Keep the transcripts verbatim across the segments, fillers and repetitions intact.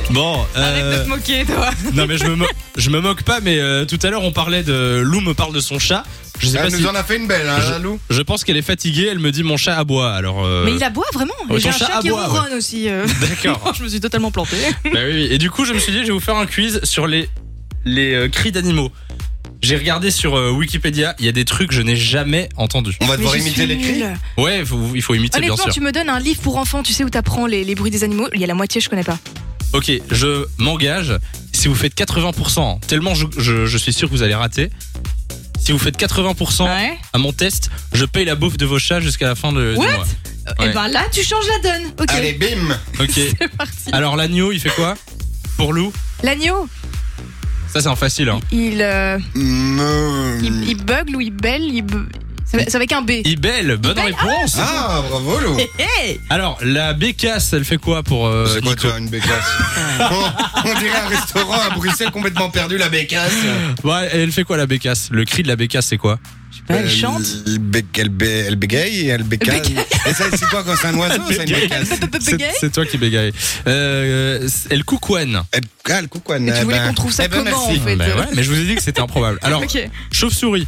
Bon, Arrête euh... de te moquer, toi. non mais je me, mo- je me moque pas, mais euh, tout à l'heure on parlait de Lou me parle de son chat. Je sais Elle pas nous si. en a fait une belle, hein, je, Lou. je pense qu'elle est fatiguée. Elle me dit mon chat aboie. Alors. Euh... Mais il aboie vraiment. Ouais, J'ai ton un chat chat qui aboie, ronronne aussi. euh. D'accord. Je me suis totalement planté. Bah oui, oui. Et du coup, je me suis dit, je vais vous faire un quiz sur les les euh, cris d'animaux. J'ai regardé sur euh, Wikipédia, il y a des trucs que je n'ai jamais entendus. On va Mais devoir je imiter suis les cris. nulle. Ouais, faut- il faut imiter bien Honnêtement, sûr. tu me donnes un livre pour enfants, tu sais où t'apprends les, les bruits des animaux. Il y a la moitié, je connais pas. Ok, je m'engage. Si vous faites quatre-vingts pour cent, tellement je, je, je suis sûr que vous allez rater. Si vous faites quatre-vingts pour cent Ouais. à mon test, je paye la bouffe de vos chats jusqu'à la fin de, du What mois. Et Ouais. ben là, tu changes la donne. Ok. Allez, bim. Ok. C'est parti. Alors l'agneau, il fait quoi pour Lou? L'agneau, Ça c'est un facile. Hein. il, euh, Mm. il, il bugle ou il belle, il bu- c'est c'est avec un B. Il belle, bonne belle, réponse. Ah, bravo, Lou. Hey. Alors la bécasse, elle fait quoi pour euh, C'est quoi, Nico? toi, une bécasse? on, on dirait un restaurant à Bruxelles complètement perdu, la bécasse. Ouais, elle fait quoi la bécasse? Le cri de la bécasse, c'est quoi? Ouais, elle chante. Elle, bé- elle, bé- elle bégaye, elle bécasse. Et ça, c'est quoi quand c'est un oiseau, c'est une bécasse? C'est c'est toi qui bégaye. Euh, elle coucouane. Elle, ah, elle coucouane. Et tu eh voulais ben, qu'on trouve ça eh ben, comment, merci. en fait? Bah ouais, mais je vous ai dit que c'était improbable. Alors, Ok. chauve-souris.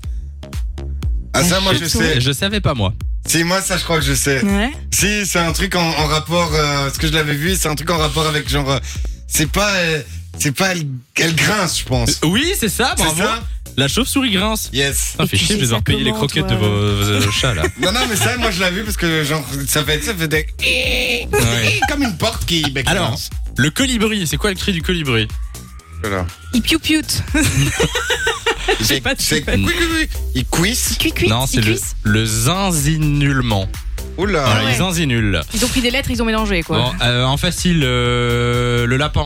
Ah, ça, moi, je sais. Je savais pas moi. Si, moi, ça, je crois que je sais. Ouais. Si, c'est un truc en, en rapport, euh, ce que je l'avais vu, c'est un truc en rapport avec genre, euh, c'est pas, euh, c'est pas, elle, elle grince, je pense. Oui, c'est ça, C'est bravo. ça? La chauve-souris grince. Yes. Ah, Et fait tu chier, je sais vais devoir ça payer les comment, croquettes toi de vos, vos chats là. Non, non, mais ça, moi, je l'ai vu parce que genre, ça fait, ça fait des, Ouais. comme une porte qui bec Alors, lance. le colibri, c'est quoi le cri du colibri? Voilà. Il piou-pioute. C'est, pas c'est, de- oui, oui, oui. Il cuisse. Cuit-cuit. Non, c'est il le, cuisse. le zinzinulement. Oula. Voilà, ouais. il zinzinule. Ils ont pris des lettres, ils ont mélangé quoi. Bon, euh, en facile, euh, le lapin.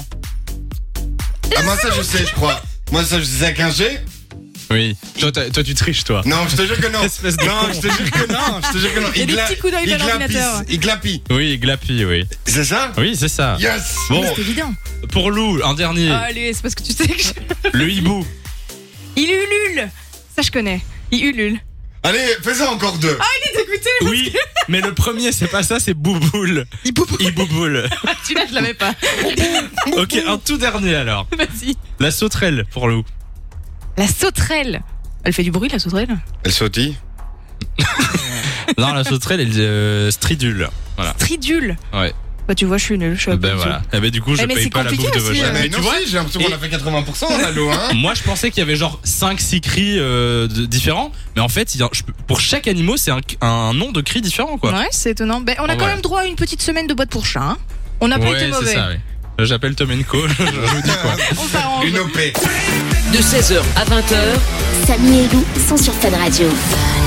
Ah, moi, ça, je sais, je crois. Moi, ça, je sais, c'est avec un G. Oui. Toi, t'as- toi, tu triches, toi. Non, je te jure que non. Espèce de Non, con. je te jure que non. Je te jure que non. Il y a des gla- petits coups d'œil il vers glapisse, l'ordinateur. Il glapit. Oui, Glappy, oui. C'est ça? Oui, c'est ça. Yes. Bon, C'est évident. pour Lou, un dernier. Allez, c'est parce que tu sais que je... Le hibou. Il ulule. Ça je connais. Il ulule. Allez, fais-en encore deux. Il est dégoûté. Oui, mais le premier, c'est pas ça, c'est Bouboule. Il bouboule. Il bouboule. Celui-là je l'avais pas. Ok, un tout dernier alors. Vas-y. La sauterelle pour Lou. La sauterelle. Elle fait du bruit la sauterelle. Elle sautille. Non, la sauterelle, elle euh, stridule. Voilà. Tridule. Ouais. Bah tu vois, je suis nulle. Je suis à Ben peu voilà. Et ben du coup, je Eh, mais paye c'est pas la compliqué bouffe de vos aussi, chats. euh. Mais Mais tu non, vois, si, j'ai l'impression qu'on a fait quatre-vingts pour cent, on a l'eau, hein. moi je pensais qu'il y avait genre cinq six cris euh, de- différents, mais en fait, il y a- je peux- pour chaque animal, c'est un, un nom de cri différent quoi. Ouais, c'est étonnant. Ben, on a Ouais. quand même droit à une petite semaine de boîte pour chat. Hein. On n'a pas Ouais, été c'est mauvais. ça, oui. J'appelle Tom Co, je, je vous dis quoi. On s'arrange. Une O P. De seize heures à vingt heures, Samy et Lou sont sur Fun Radio.